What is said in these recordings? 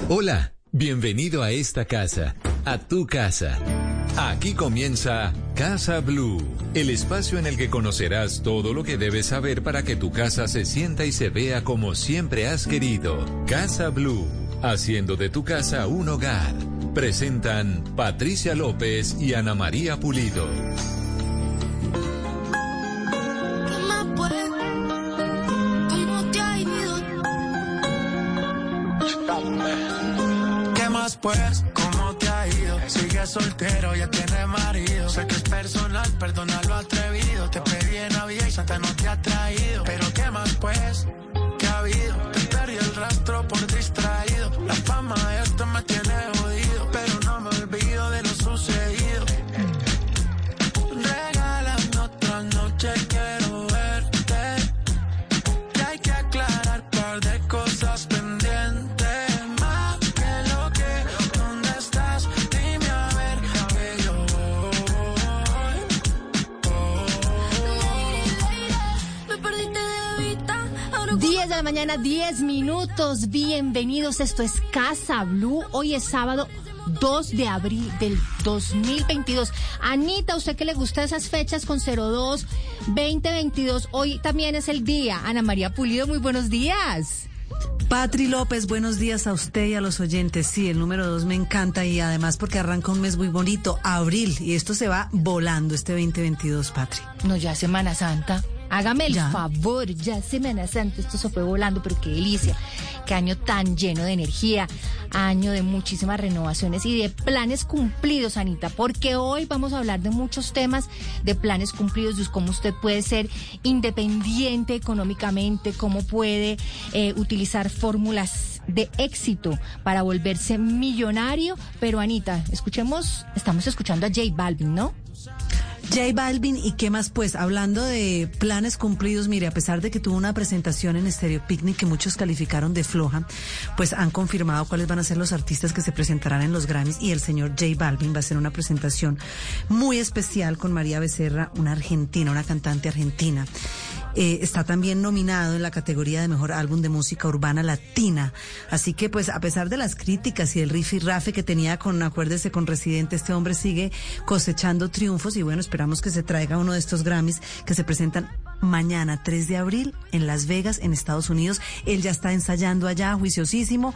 Hola, bienvenido a esta casa, a tu casa. Aquí comienza Casa Blue, el espacio en el que conocerás todo lo que debes saber para que tu casa se sienta y se vea como siempre has querido. Casa Blue, haciendo de tu casa un hogar. Presentan Patricia López y Ana María Pulido. Pues, ¿cómo te ha ido? Sigues soltero, ya tienes marido. Sé que es personal, perdona lo atrevido. Te pedí en Navidad y Santa no te ha traído. Pero ¿qué más pues? ¿Qué ha habido? Te perdí el rastro por distraído. La fama de esto me tiene jodido, pero no me olvido de lo sucedido. Regálame otra noche, quiero verte. Que hay que aclarar un par de cosas pendientes. Mañana 10 minutos, bienvenidos, esto es Casa Blue, hoy es sábado 2 de abril del 2022. Anita, ¿usted que le gusta esas fechas con 02, 2022? Hoy también es el día. Ana María Pulido, muy buenos días. Patri López, buenos días a usted y a los oyentes. Sí, el número 2 me encanta y además porque arranca un mes muy bonito, abril, y esto se va volando este 2022, Patri. No, ya Semana Santa. Hágame el favor, ya Semana Santa, esto se fue volando, pero qué delicia, qué año tan lleno de energía, año de muchísimas renovaciones y de planes cumplidos, Anita, porque hoy vamos a hablar de muchos temas, de planes cumplidos, de cómo usted puede ser independiente económicamente, cómo puede utilizar fórmulas de éxito para volverse millonario. Pero Anita, estamos escuchando a J Balvin, ¿no? J Balvin, ¿y qué más? Pues hablando de planes cumplidos, mire, a pesar de que tuvo una presentación en Stereo Picnic que muchos calificaron de floja, pues han confirmado cuáles van a ser los artistas que se presentarán en los Grammys, y el señor J Balvin va a hacer una presentación muy especial con María Becerra, una argentina, una cantante argentina. Está también nominado en la categoría de Mejor Álbum de Música Urbana Latina. Así que, pues, a pesar de las críticas y el rifirrafe que tenía acuérdese, con Residente, este hombre sigue cosechando triunfos y bueno, esperamos que se traiga uno de estos Grammys que se presentan mañana, 3 de abril, en Las Vegas, en Estados Unidos. Él ya está ensayando allá, juiciosísimo,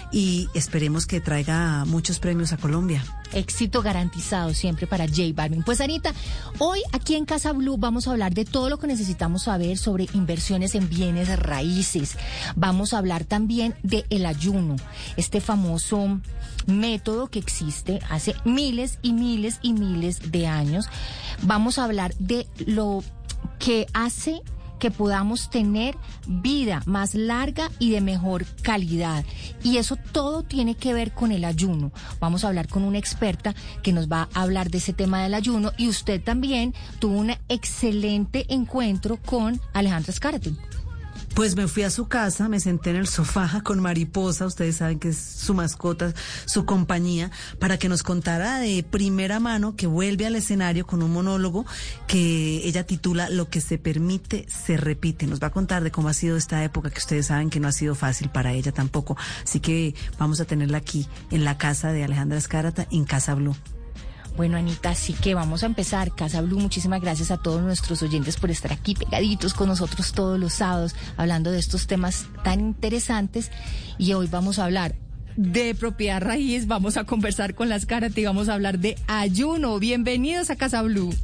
y esperemos que traiga muchos premios a Colombia. Éxito garantizado siempre para J Balvin. Pues Anita, hoy aquí en Casa Blue vamos a hablar de todo lo que necesitamos saber sobre inversiones en bienes raíces. Vamos a hablar también de el ayuno, este famoso método que existe hace miles y miles y miles de años. Vamos a hablar de lo que hace que podamos tener vida más larga y de mejor calidad. Y eso todo tiene que ver con el ayuno. Vamos a hablar con una experta que nos va a hablar de ese tema del ayuno, y usted también tuvo un excelente encuentro con Alejandra Zárate. Pues me fui a su casa, me senté en el sofá con Mariposa, ustedes saben que es su mascota, su compañía, para que nos contara de primera mano, que vuelve al escenario con un monólogo que ella titula Lo que se permite, se repite. Nos va a contar de cómo ha sido esta época, que ustedes saben que no ha sido fácil para ella tampoco. Así que vamos a tenerla aquí en la casa de Alejandra Zárate, en Casa Blue. Bueno, Anita, así que vamos a empezar. Casa Blue, muchísimas gracias a todos nuestros oyentes por estar aquí pegaditos con nosotros todos los sábados, hablando de estos temas tan interesantes. Y hoy vamos a hablar de propiedad raíz, vamos a conversar con las Zárate y vamos a hablar de ayuno. Bienvenidos a Casa Blue.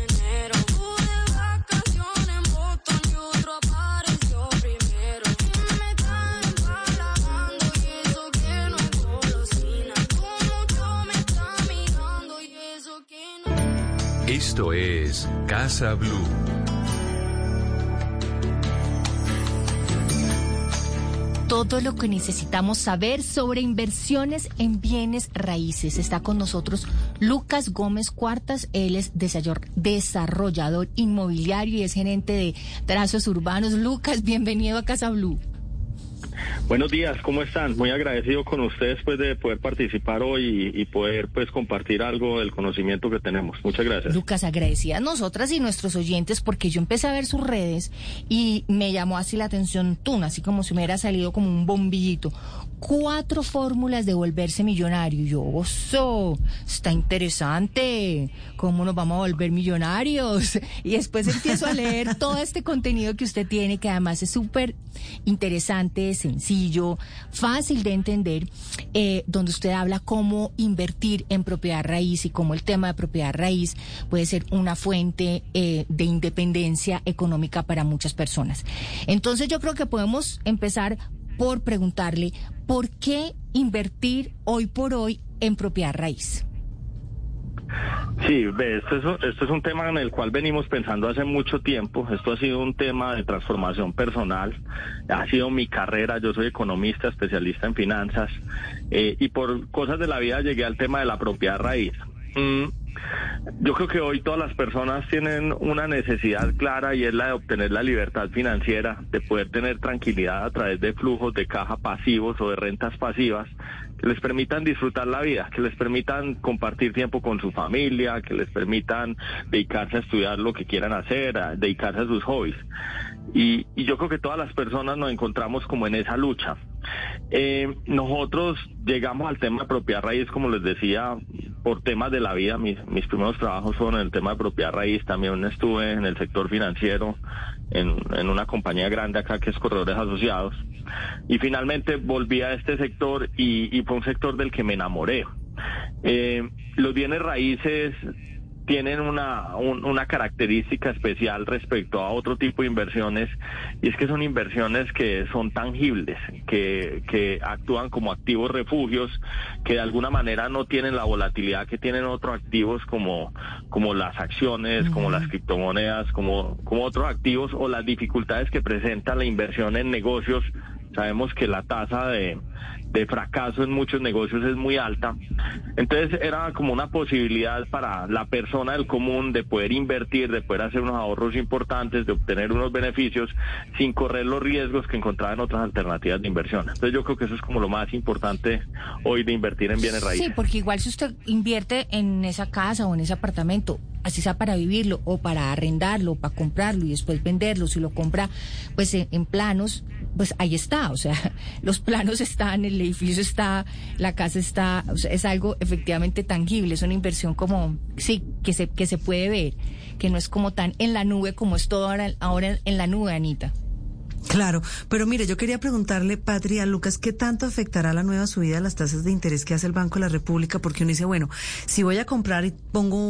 Esto es Casa Blue. Todo lo que necesitamos saber sobre inversiones en bienes raíces. Está con nosotros Lucas Gómez Cuartas. Él es desarrollador inmobiliario y es gerente de trazos urbanos. Lucas, bienvenido a Casa Blue. Buenos días, ¿cómo están? Muy agradecido con ustedes pues de poder participar hoy y poder pues compartir algo del conocimiento que tenemos. Muchas gracias. Lucas, agradecidas nosotras y nuestros oyentes, porque yo empecé a ver sus redes y me llamó así la atención, así como si me hubiera salido como un bombillito. 4 fórmulas de volverse millonario. Yo, oso, está interesante. ¿Cómo nos vamos a volver millonarios? Y después empiezo a leer todo este contenido que usted tiene, que además es súper interesante, sencillo, fácil de entender, donde usted habla cómo invertir en propiedad raíz y cómo el tema de propiedad raíz puede ser una fuente de independencia económica para muchas personas. Entonces yo creo que podemos empezar por preguntarle, ¿por qué invertir hoy por hoy en propiedad raíz? Sí, esto es un tema en el cual venimos pensando hace mucho tiempo. Esto ha sido un tema de transformación personal, ha sido mi carrera. Yo soy economista, especialista en finanzas, y por cosas de la vida llegué al tema de la propiedad raíz. Yo creo que hoy todas las personas tienen una necesidad clara, y es la de obtener la libertad financiera, de poder tener tranquilidad a través de flujos de caja pasivos o de rentas pasivas que les permitan disfrutar la vida, que les permitan compartir tiempo con su familia, que les permitan dedicarse a estudiar lo que quieran hacer, a dedicarse a sus hobbies. Y yo creo que todas las personas nos encontramos como en esa lucha. Nosotros llegamos al tema de propiedad raíz, como les decía, por temas de la vida. Mis primeros trabajos fueron en el tema de propiedad raíz. También estuve en el sector financiero, en una compañía grande acá que es Corredores Asociados. Y finalmente volví a este sector y fue un sector del que me enamoré. Los bienes raíces tienen una característica especial respecto a otro tipo de inversiones, y es que son inversiones que son tangibles, que actúan como activos refugios, que de alguna manera no tienen la volatilidad que tienen otros activos como las acciones, como las criptomonedas, como otros activos, o las dificultades que presenta la inversión en negocios. Sabemos que la tasa de fracaso en muchos negocios es muy alta. Entonces era como una posibilidad para la persona del común de poder invertir, de poder hacer unos ahorros importantes, de obtener unos beneficios sin correr los riesgos que encontraba en otras alternativas de inversión. Entonces yo creo que eso es como lo más importante hoy de invertir en bienes raíces. Sí, porque igual si usted invierte en esa casa o en ese apartamento, así sea para vivirlo o para arrendarlo, para comprarlo y después venderlo, si lo compra pues en planos, pues ahí está, o sea, los planos están, el edificio está, la casa está, o sea, es algo efectivamente tangible, es una inversión como, sí, que se puede ver, que no es como tan en la nube como es todo ahora en la nube, Anita. Claro, pero mire, yo quería preguntarle, Patri, a Lucas, ¿qué tanto afectará la nueva subida de las tasas de interés que hace el Banco de la República? Porque uno dice, bueno, si voy a comprar y pongo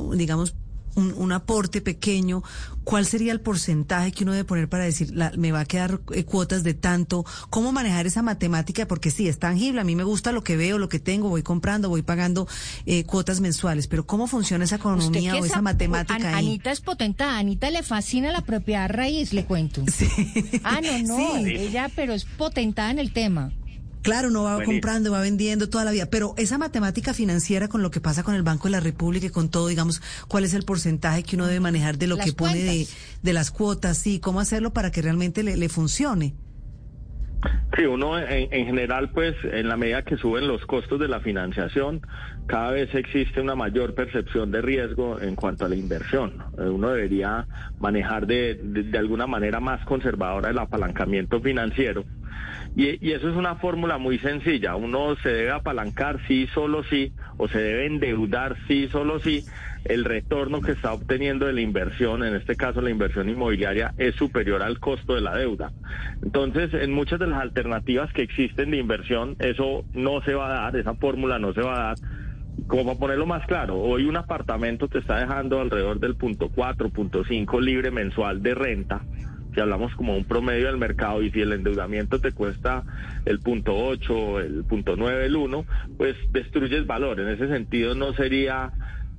un aporte pequeño, ¿cuál sería el porcentaje que uno debe poner para decir, me va a quedar cuotas de tanto? ¿Cómo manejar esa matemática? Porque sí, es tangible, a mí me gusta lo que veo, lo que tengo, voy comprando, voy pagando cuotas mensuales, pero ¿cómo funciona esa economía o esa matemática ahí? Anita es potentada, a Anita le fascina la propiedad raíz, le cuento. Sí. No, Sí. ella pero es potentada en el tema. Claro, uno va comprando, va vendiendo toda la vida, pero esa matemática financiera con lo que pasa con el Banco de la República y con todo, digamos, ¿cuál es el porcentaje que uno debe manejar de lo que pone de las cuotas? Sí, ¿cómo hacerlo para que realmente le funcione? Sí, uno en general, pues, en la medida que suben los costos de la financiación, cada vez existe una mayor percepción de riesgo en cuanto a la inversión. Uno debería manejar de alguna manera más conservadora el apalancamiento financiero. Y eso es una fórmula muy sencilla. Uno se debe apalancar sí, solo sí, o se debe endeudar sí, solo sí. El retorno que está obteniendo de la inversión, en este caso la inversión inmobiliaria, es superior al costo de la deuda. Entonces, en muchas de las alternativas que existen de inversión, eso no se va a dar, esa fórmula no se va a dar. Como para ponerlo más claro, hoy un apartamento te está dejando alrededor del 0.4, 0.5 libre mensual de renta. Si hablamos como un promedio del mercado, y si el endeudamiento te cuesta el 0.8, el 0.9, el 1, pues destruyes valor. En ese sentido no sería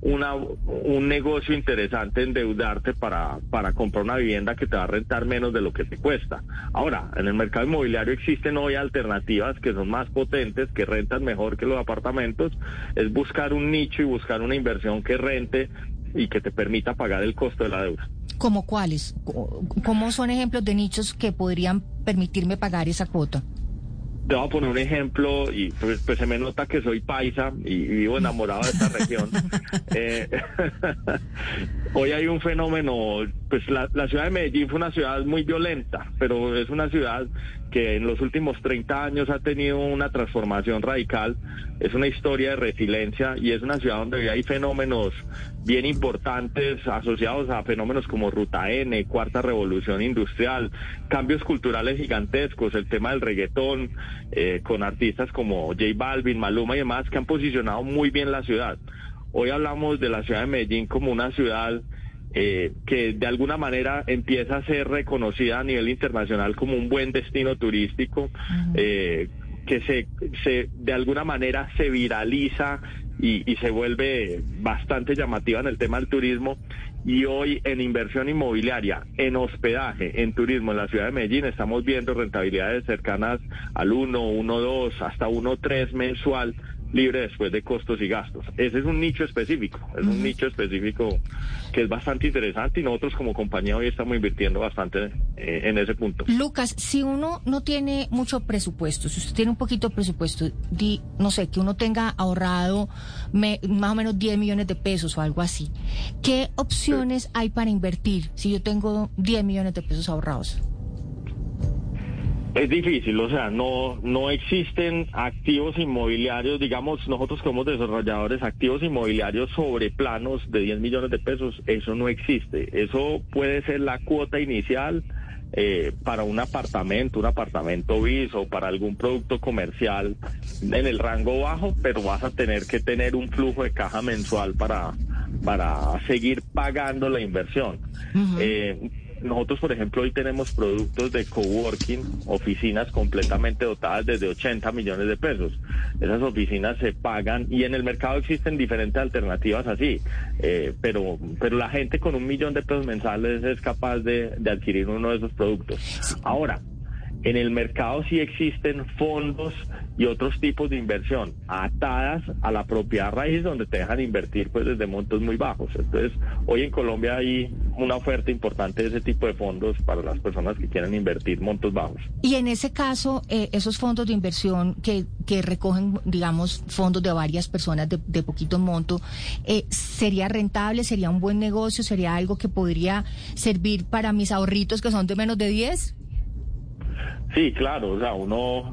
un negocio interesante endeudarte para comprar una vivienda que te va a rentar menos de lo que te cuesta. Ahora, en el mercado inmobiliario existen hoy alternativas que son más potentes, que rentan mejor que los apartamentos. Es buscar un nicho y buscar una inversión que rente y que te permita pagar el costo de la deuda. ¿Cómo cuáles? ¿Cómo son ejemplos de nichos que podrían permitirme pagar esa cuota? Te voy a poner un ejemplo y pues se me nota que soy paisa y vivo enamorado de esta región. Hoy hay un fenómeno, pues la ciudad de Medellín fue una ciudad muy violenta, pero es una ciudad que en los últimos 30 años ha tenido una transformación radical. Es una historia de resiliencia y es una ciudad donde hay fenómenos bien importantes asociados a fenómenos como Ruta N, Cuarta Revolución Industrial, cambios culturales gigantescos, el tema del reggaetón, con artistas como J Balvin, Maluma y demás, que han posicionado muy bien la ciudad. Hoy hablamos de la ciudad de Medellín como una ciudad que de alguna manera empieza a ser reconocida a nivel internacional como un buen destino turístico, que se de alguna manera se viraliza y se vuelve bastante llamativa en el tema del turismo. Y hoy en inversión inmobiliaria, en hospedaje, en turismo en la ciudad de Medellín estamos viendo rentabilidades cercanas al 1.2 hasta 1.3 mensual, libre después de costos y gastos. Ese es un nicho específico, un nicho específico que es bastante interesante y nosotros como compañía hoy estamos invirtiendo bastante en ese punto. Lucas, si uno no tiene mucho presupuesto, si usted tiene un poquito de presupuesto, no sé, que uno tenga ahorrado más o menos 10 millones de pesos o algo así, ¿qué opciones hay para invertir si yo tengo 10 millones de pesos ahorrados? Es difícil, o sea, no existen activos inmobiliarios, digamos, nosotros como desarrolladores, activos inmobiliarios sobre planos de 10 millones de pesos, eso no existe. Eso puede ser la cuota inicial para un apartamento bis o para algún producto comercial en el rango bajo, pero vas a tener que tener un flujo de caja mensual para seguir pagando la inversión. Nosotros, por ejemplo, hoy tenemos productos de coworking, oficinas completamente dotadas desde 80 millones de pesos. Esas oficinas se pagan y en el mercado existen diferentes alternativas así, pero la gente con 1 millón de pesos mensuales es capaz de adquirir uno de esos productos. Ahora, en el mercado sí existen fondos y otros tipos de inversión atadas a la propiedad raíz donde te dejan invertir pues desde montos muy bajos. Entonces, hoy en Colombia hay una oferta importante de ese tipo de fondos para las personas que quieren invertir montos bajos. Y en ese caso, esos fondos de inversión que recogen, digamos, fondos de varias personas de poquito monto, ¿sería rentable? ¿Sería un buen negocio? ¿Sería algo que podría servir para mis ahorritos que son de menos de 10? Sí, claro, o sea, uno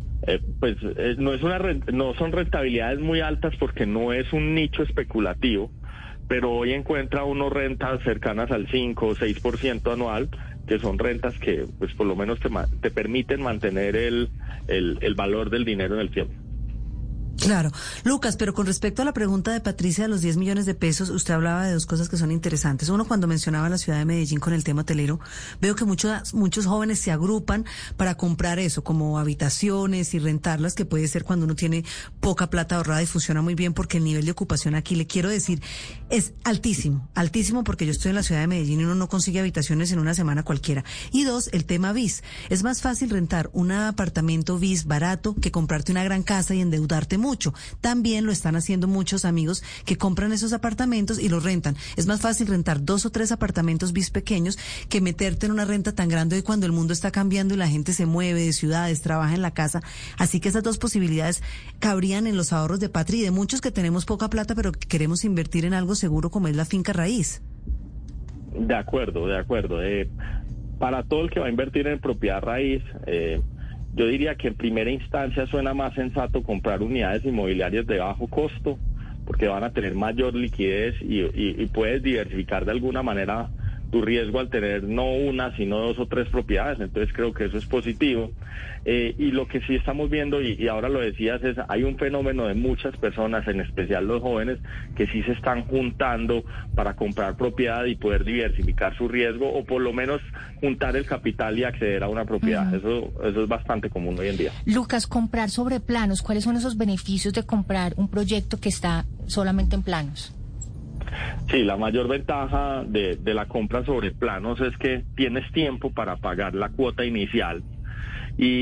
no son rentabilidades muy altas porque no es un nicho especulativo, pero hoy encuentra uno rentas cercanas al 5 o 6% anual, que son rentas que pues por lo menos te permiten mantener el valor del dinero en el tiempo. Claro. Lucas, pero con respecto a la pregunta de Patricia de los 10 millones de pesos, usted hablaba de dos cosas que son interesantes. Uno, cuando mencionaba la ciudad de Medellín con el tema hotelero, veo que muchos jóvenes se agrupan para comprar eso, como habitaciones y rentarlas, que puede ser cuando uno tiene poca plata ahorrada y funciona muy bien porque el nivel de ocupación aquí, le quiero decir, es altísimo porque yo estoy en la ciudad de Medellín y uno no consigue habitaciones en una semana cualquiera. Y dos, el tema bis. Es más fácil rentar un apartamento bis barato que comprarte una gran casa y endeudarte mucho. También lo están haciendo muchos amigos que compran esos apartamentos y los rentan. Es más fácil rentar 2 o 3 apartamentos bis pequeños que meterte en una renta tan grande hoy cuando el mundo está cambiando y la gente se mueve de ciudades, trabaja en la casa. Así que esas dos posibilidades cabrían en los ahorros de Patri y de muchos que tenemos poca plata pero que queremos invertir en algo seguro como es la finca raíz. De acuerdo. Para todo el que va a invertir en propiedad raíz, yo diría que en primera instancia suena más sensato comprar unidades inmobiliarias de bajo costo, porque van a tener mayor liquidez y puedes diversificar de alguna manera tu riesgo al tener no una, sino 2 o 3 propiedades. Entonces creo que eso es positivo. Y lo que sí estamos viendo, y ahora lo decías, es hay un fenómeno de muchas personas, en especial los jóvenes, que sí se están juntando para comprar propiedad y poder diversificar su riesgo, o por lo menos juntar el capital y acceder a una propiedad. Eso es bastante común hoy en día. Lucas, comprar sobre planos, ¿cuáles son esos beneficios de comprar un proyecto que está solamente en planos? Sí, la mayor ventaja de la compra sobre planos es que tienes tiempo para pagar la cuota inicial y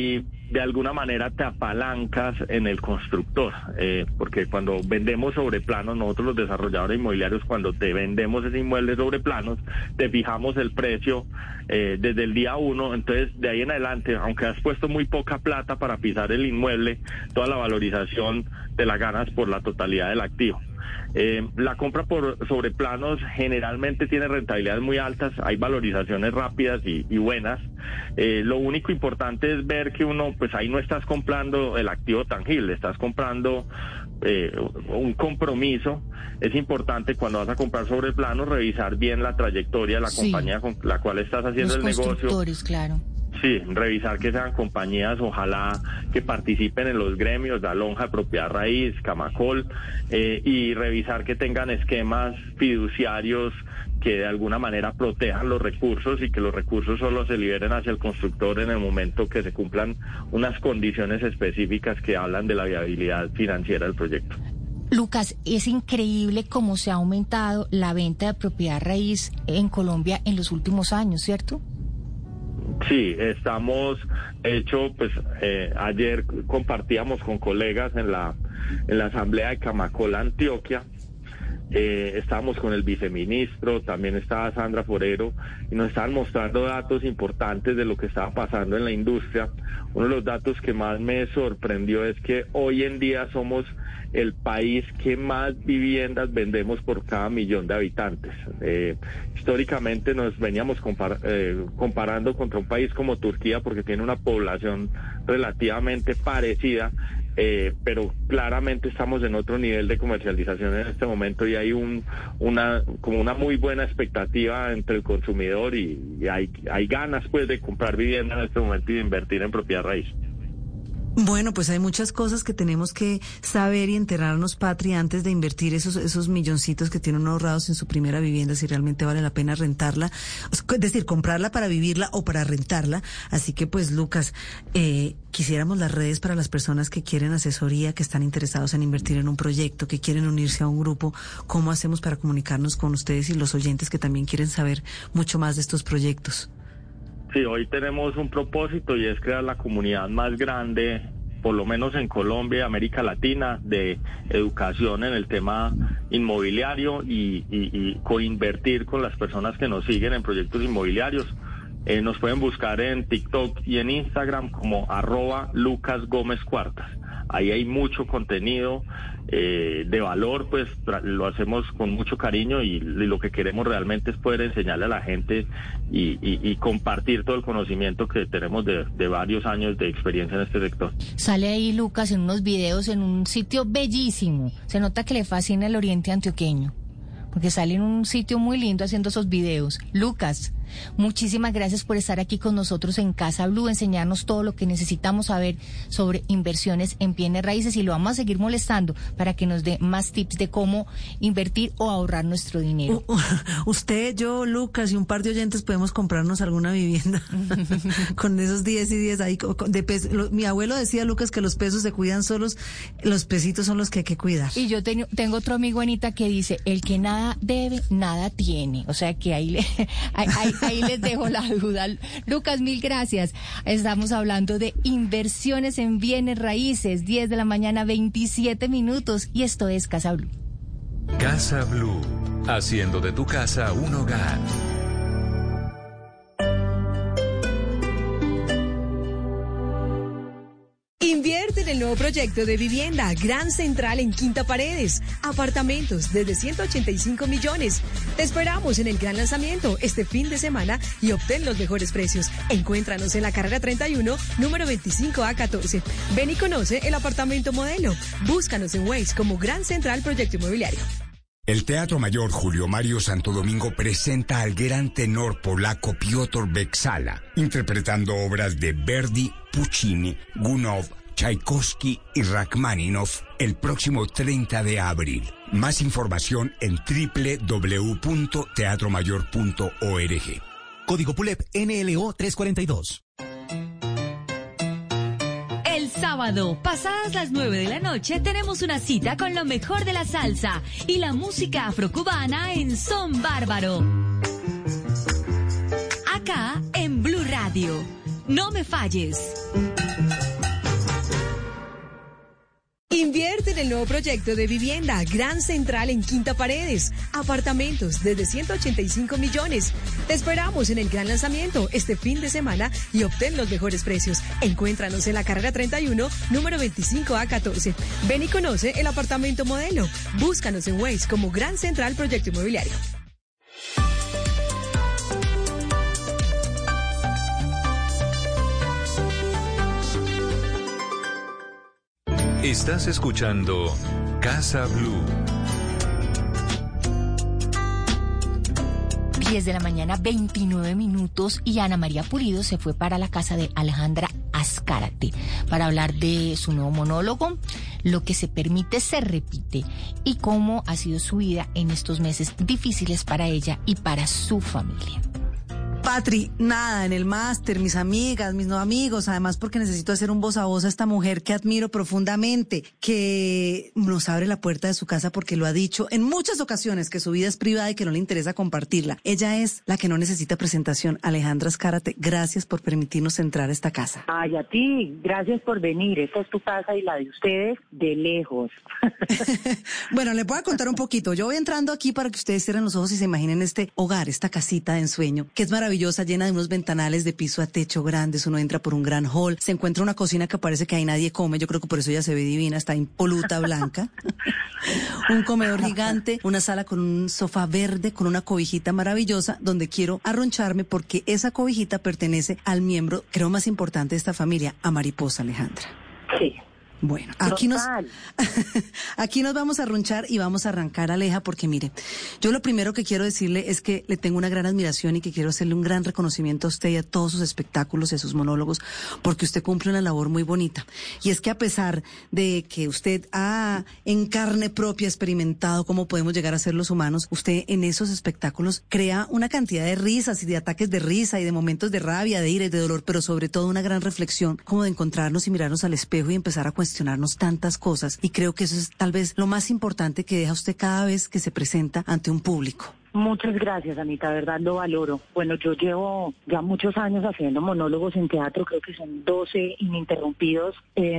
de alguna manera te apalancas en el constructor, porque cuando vendemos sobre planos, nosotros los desarrolladores inmobiliarios, cuando te vendemos ese inmueble sobre planos, te fijamos el precio desde el día 1, entonces de ahí en adelante, aunque has puesto muy poca plata para pisar el inmueble, toda la valorización te la ganas por la totalidad del activo. La compra sobre planos generalmente tiene rentabilidades muy altas, hay valorizaciones rápidas y buenas. Lo único importante es ver que uno, pues ahí no estás comprando el activo tangible, estás comprando un compromiso. Es importante cuando vas a comprar sobre planos revisar bien la trayectoria de la compañía con la cual estás haciendo el negocio. Los constructores, claro. Sí, revisar que sean compañías, ojalá que participen en los gremios, la Lonja de Propiedad Raíz, Camacol, y revisar que tengan esquemas fiduciarios que de alguna manera protejan los recursos y que los recursos solo se liberen hacia el constructor en el momento que se cumplan unas condiciones específicas que hablan de la viabilidad financiera del proyecto. Lucas, es increíble cómo se ha aumentado la venta de propiedad raíz en Colombia en los últimos años, ¿cierto? Sí, estamos, de hecho, pues ayer compartíamos con colegas en la asamblea de Camacol Antioquia, estábamos con el viceministro, también estaba Sandra Forero, y nos estaban mostrando datos importantes de lo que estaba pasando en la industria. Uno de los datos que más me sorprendió es que hoy en día somos el país que más viviendas vendemos por cada millón de habitantes. Históricamente nos veníamos comparando contra un país como Turquía porque tiene una población relativamente parecida, pero claramente estamos en otro nivel de comercialización en este momento y hay una muy buena expectativa entre el consumidor y hay ganas pues de comprar vivienda en este momento y de invertir en propiedad raíz. Bueno, pues hay muchas cosas que tenemos que saber y enterarnos, Patri, antes de invertir esos milloncitos que tienen ahorrados en su primera vivienda, si realmente vale la pena rentarla, es decir, comprarla para vivirla o para rentarla. Así que, pues, Lucas, quisiéramos las redes para las personas que quieren asesoría, que están interesados en invertir en un proyecto, que quieren unirse a un grupo. ¿Cómo hacemos para comunicarnos con ustedes y los oyentes que también quieren saber mucho más de estos proyectos? Sí, hoy tenemos un propósito y es crear la comunidad más grande, por lo menos en Colombia y América Latina, de educación en el tema inmobiliario y coinvertir con las personas que nos siguen en proyectos inmobiliarios. Nos pueden buscar en TikTok y en Instagram como @LucasGómezCuartas. Ahí hay mucho contenido de valor, pues lo hacemos con mucho cariño y lo que queremos realmente es poder enseñarle a la gente y compartir todo el conocimiento que tenemos de varios años de experiencia en este sector. Sale ahí Lucas en unos videos en un sitio bellísimo. Se nota que le fascina el oriente antioqueño, porque sale en un sitio muy lindo haciendo esos videos. Lucas, muchísimas gracias por estar aquí con nosotros en Casa Blue, enseñarnos todo lo que necesitamos saber sobre inversiones en bienes raíces y lo vamos a seguir molestando para que nos dé más tips de cómo invertir o ahorrar nuestro dinero. Usted, yo, Lucas y un par de oyentes podemos comprarnos alguna vivienda con esos 10 y 10 ahí de pesos. Mi abuelo decía, Lucas, que los pesos se cuidan solos, los pesitos son los que hay que cuidar. Y yo tengo otro amigo, Anita, que dice, el que nada debe, nada tiene. O sea que ahí les dejo la duda. Lucas, mil gracias. Estamos hablando de inversiones en bienes raíces, 10 de la mañana, 27 minutos, y esto es Casa Blue. Casa Blue, haciendo de tu casa un hogar. Invierte en el nuevo proyecto de vivienda Gran Central en Quinta Paredes. Apartamentos desde 185 millones. Te esperamos en el gran lanzamiento este fin de semana y obtén los mejores precios. Encuéntranos en la carrera 31, número 25A14. Ven y conoce el apartamento modelo. Búscanos en Waze como Gran Central Proyecto Inmobiliario. El Teatro Mayor Julio Mario Santo Domingo presenta al gran tenor polaco Piotr Beczala, interpretando obras de Verdi, Puccini, Gounod, Tchaikovsky y Rachmaninoff el próximo 30 de abril. Más información en www.teatromayor.org. Código PULEP NLO 342. El sábado, pasadas las 9 de la noche, tenemos una cita con lo mejor de la salsa y la música afrocubana en Son Bárbaro. Acá en Blue Radio. No me falles. Invierte en el nuevo proyecto de vivienda Gran Central en Quinta Paredes. Apartamentos desde 185 millones. Te esperamos en el gran lanzamiento este fin de semana y obtén los mejores precios. Encuéntranos en la carrera 31, número 25A14. Ven y conoce el apartamento modelo. Búscanos en Waze como Gran Central Proyecto Inmobiliario. Estás escuchando Casa Blue. 10 de la mañana, 29 minutos, y Ana María Pulido se fue para la casa de Alejandra Azcárate para hablar de su nuevo monólogo, Lo que se permite se repite, y cómo ha sido su vida en estos meses difíciles para ella y para su familia. Patri, nada, en el máster, mis amigas, mis no amigos, además porque necesito hacer un voz a voz a esta mujer que admiro profundamente, que nos abre la puerta de su casa porque lo ha dicho en muchas ocasiones, que su vida es privada y que no le interesa compartirla. Ella es la que no necesita presentación. Alejandra Azcárate, gracias por permitirnos entrar a esta casa. Ay, a ti, gracias por venir. Esta es tu casa y la de ustedes de lejos. Bueno, les voy a contar un poquito. Yo voy entrando aquí para que ustedes cierren los ojos y se imaginen este hogar, esta casita de ensueño, que es maravillosa, llena de unos ventanales de piso a techo grandes. Uno entra por un gran hall, se encuentra una cocina que parece que ahí nadie come. Yo creo que por eso ella se ve divina, está impoluta, blanca. Un comedor gigante, una sala con un sofá verde, con una cobijita maravillosa, donde quiero arroncharme porque esa cobijita pertenece al miembro, creo, más importante de esta familia, a Mariposa, Alejandra. Sí. Bueno, aquí nos vamos a arrunchar y vamos a arrancar, Aleja, porque mire, yo lo primero que quiero decirle es que le tengo una gran admiración y que quiero hacerle un gran reconocimiento a usted y a todos sus espectáculos y a sus monólogos, porque usted cumple una labor muy bonita. Y es que a pesar de que usted ha en carne propia experimentado cómo podemos llegar a ser los humanos, usted en esos espectáculos crea una cantidad de risas y de ataques de risa y de momentos de rabia, de ira y de dolor, pero sobre todo una gran reflexión, como de encontrarnos y mirarnos al espejo y empezar a cuestionarnos tantas cosas, y creo que eso es tal vez lo más importante que deja usted cada vez que se presenta ante un público. Muchas gracias, Anita, de verdad lo valoro. Bueno, yo llevo ya muchos años haciendo monólogos en teatro, creo que son 12 ininterrumpidos,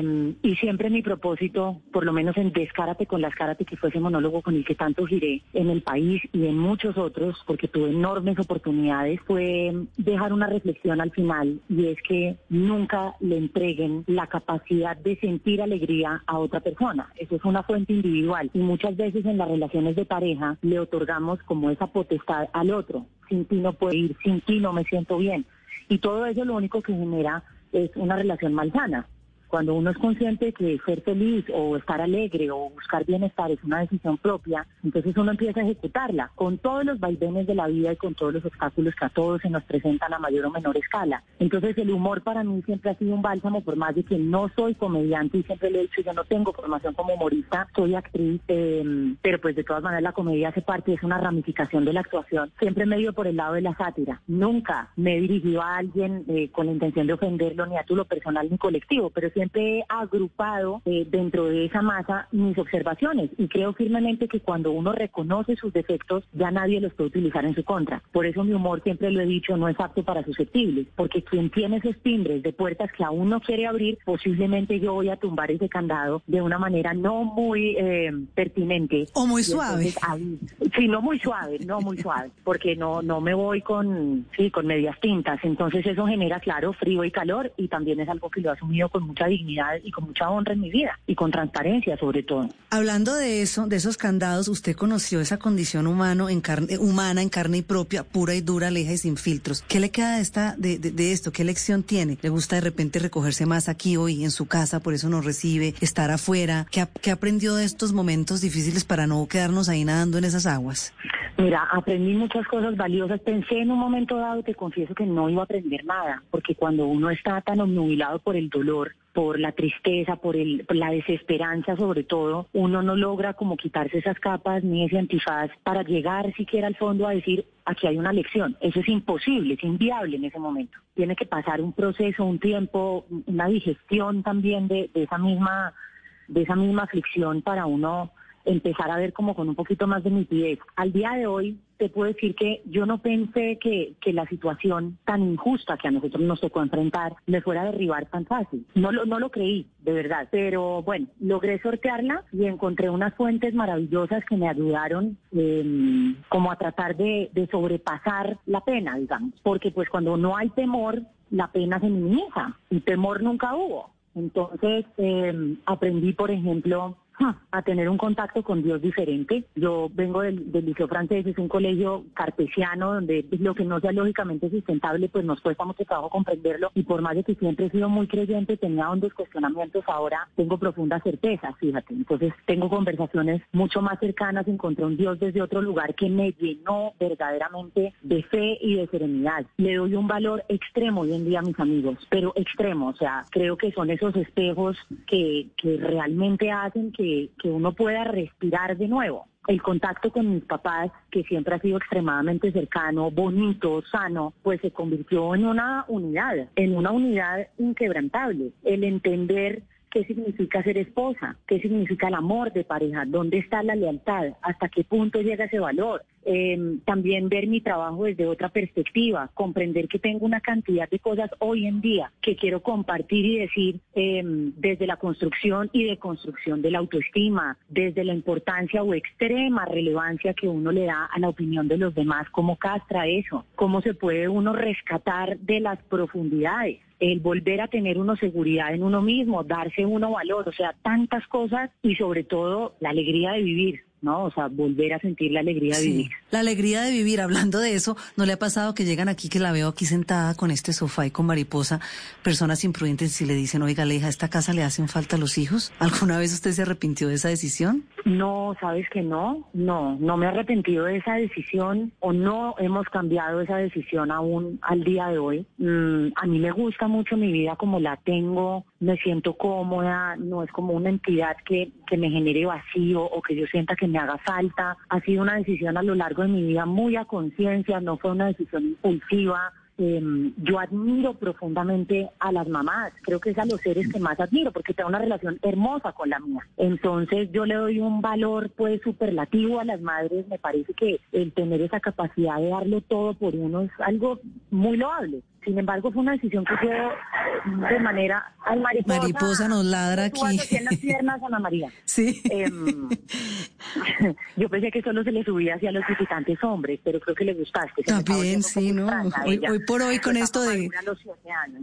y siempre mi propósito, por lo menos en Descárate con las Cárate, que fue ese monólogo con el que tanto giré en el país y en muchos otros, porque tuve enormes oportunidades, fue dejar una reflexión al final, y es que nunca le entreguen la capacidad de sentir alegría a otra persona. Eso es una fuente individual, y muchas veces en las relaciones de pareja le otorgamos como esa potestad al otro. Sin ti no puedo ir, sin ti no me siento bien. Y todo eso lo único que genera es una relación malsana. Cuando uno es consciente de que ser feliz o estar alegre o buscar bienestar es una decisión propia, entonces uno empieza a ejecutarla con todos los vaivenes de la vida y con todos los obstáculos que a todos se nos presentan a mayor o menor escala. Entonces el humor para mí siempre ha sido un bálsamo, por más de que no soy comediante, y siempre lo he dicho, yo no tengo formación como humorista, soy actriz, pero pues de todas maneras la comedia hace parte, es una ramificación de la actuación. Siempre me he ido por el lado de la sátira. Nunca me he dirigido a alguien con la intención de ofenderlo, ni a título personal ni colectivo, pero siempre he agrupado dentro de esa masa mis observaciones, y creo firmemente que cuando uno reconoce sus defectos ya nadie los puede utilizar en su contra. Por eso mi humor, siempre lo he dicho, no es apto para susceptibles, porque quien tiene esos timbres de puertas que aún no quiere abrir, posiblemente yo voy a tumbar ese candado de una manera no muy pertinente. O muy suave. Sí, no muy suave, porque no me voy con medias tintas. Entonces eso genera, claro, frío y calor, y también es algo que lo he asumido con mucha dignidad y con mucha honra en mi vida, y con transparencia sobre todo. Hablando de eso, de esos candados, usted conoció esa condición humana en carne y propia, pura y dura, Aleja, y sin filtros. ¿Qué le queda de esto? ¿Qué lección tiene? ¿Le gusta de repente recogerse más aquí hoy en su casa, por eso nos recibe, estar afuera? ¿Qué aprendió de estos momentos difíciles para no quedarnos ahí nadando en esas aguas? Mira, aprendí muchas cosas valiosas. Pensé en un momento dado, te confieso, que no iba a aprender nada, porque cuando uno está tan obnubilado por el dolor, por la tristeza, por la desesperanza sobre todo, uno no logra como quitarse esas capas ni ese antifaz para llegar siquiera al fondo a decir, aquí hay una lección. Eso es imposible, es inviable en ese momento. Tiene que pasar un proceso, un tiempo, una digestión también de esa misma aflicción para uno empezar a ver como con un poquito más de nitidez. Al día de hoy te puedo decir que yo no pensé que la situación tan injusta que a nosotros nos tocó enfrentar me fuera a derribar tan fácil. No lo creí, de verdad. Pero bueno, logré sortearla y encontré unas fuentes maravillosas que me ayudaron como a tratar de sobrepasar la pena, digamos. Porque pues cuando no hay temor, la pena se minimiza y temor nunca hubo. Entonces aprendí, por ejemplo, a tener un contacto con Dios diferente. Yo vengo del Liceo Francés, es un colegio cartesiano donde lo que no sea lógicamente sustentable pues nos cuesta mucho trabajo comprenderlo, y por más de que siempre he sido muy creyente, tenía hondos cuestionamientos, ahora tengo profundas certezas, fíjate. Entonces tengo conversaciones mucho más cercanas, encontré un Dios desde otro lugar que me llenó verdaderamente de fe y de serenidad. Le doy un valor extremo hoy en día a mis amigos, pero extremo, o sea, creo que son esos espejos que realmente hacen que uno pueda respirar de nuevo. El contacto con mis papás, que siempre ha sido extremadamente cercano, bonito, sano, pues se convirtió en una unidad inquebrantable. El entender qué significa ser esposa, qué significa el amor de pareja, dónde está la lealtad, hasta qué punto llega ese valor. También ver mi trabajo desde otra perspectiva, comprender que tengo una cantidad de cosas hoy en día que quiero compartir y decir desde la construcción y deconstrucción de la autoestima, desde la importancia o extrema relevancia que uno le da a la opinión de los demás, cómo castra eso, cómo se puede uno rescatar de las profundidades, el volver a tener uno seguridad en uno mismo, darse uno valor, o sea, tantas cosas, y sobre todo la alegría de vivir, ¿no? O sea, volver a sentir la alegría de vivir. La alegría de vivir. Hablando de eso, ¿no le ha pasado que llegan aquí, que la veo aquí sentada con este sofá y con mariposa, personas imprudentes y le dicen, oiga, Aleja, ¿a esta casa le hacen falta los hijos? ¿Alguna vez usted se arrepintió de esa decisión? No, ¿sabes que no me he arrepentido de esa decisión, o no hemos cambiado esa decisión aún al día de hoy. A mí me gusta mucho mi vida como la tengo, me siento cómoda, no es como una entidad que me genere vacío o que yo sienta que me haga falta. Ha sido una decisión a lo largo de mi vida muy a conciencia, no fue una decisión impulsiva. Yo admiro profundamente a las mamás, creo que es a los seres que más admiro, porque tengo una relación hermosa con la mía. Entonces yo le doy un valor pues superlativo a las madres. Me parece que el tener esa capacidad de darlo todo por uno es algo muy loable. Sin embargo, fue una decisión que yo de manera... Ay, mariposa nos ladra aquí. En las piernas, Ana María. Sí. Yo pensé que solo se le subía hacia los visitantes hombres, pero creo que le gustaste. También, sí, ¿no? Hoy por hoy con esto de... A los 7 años.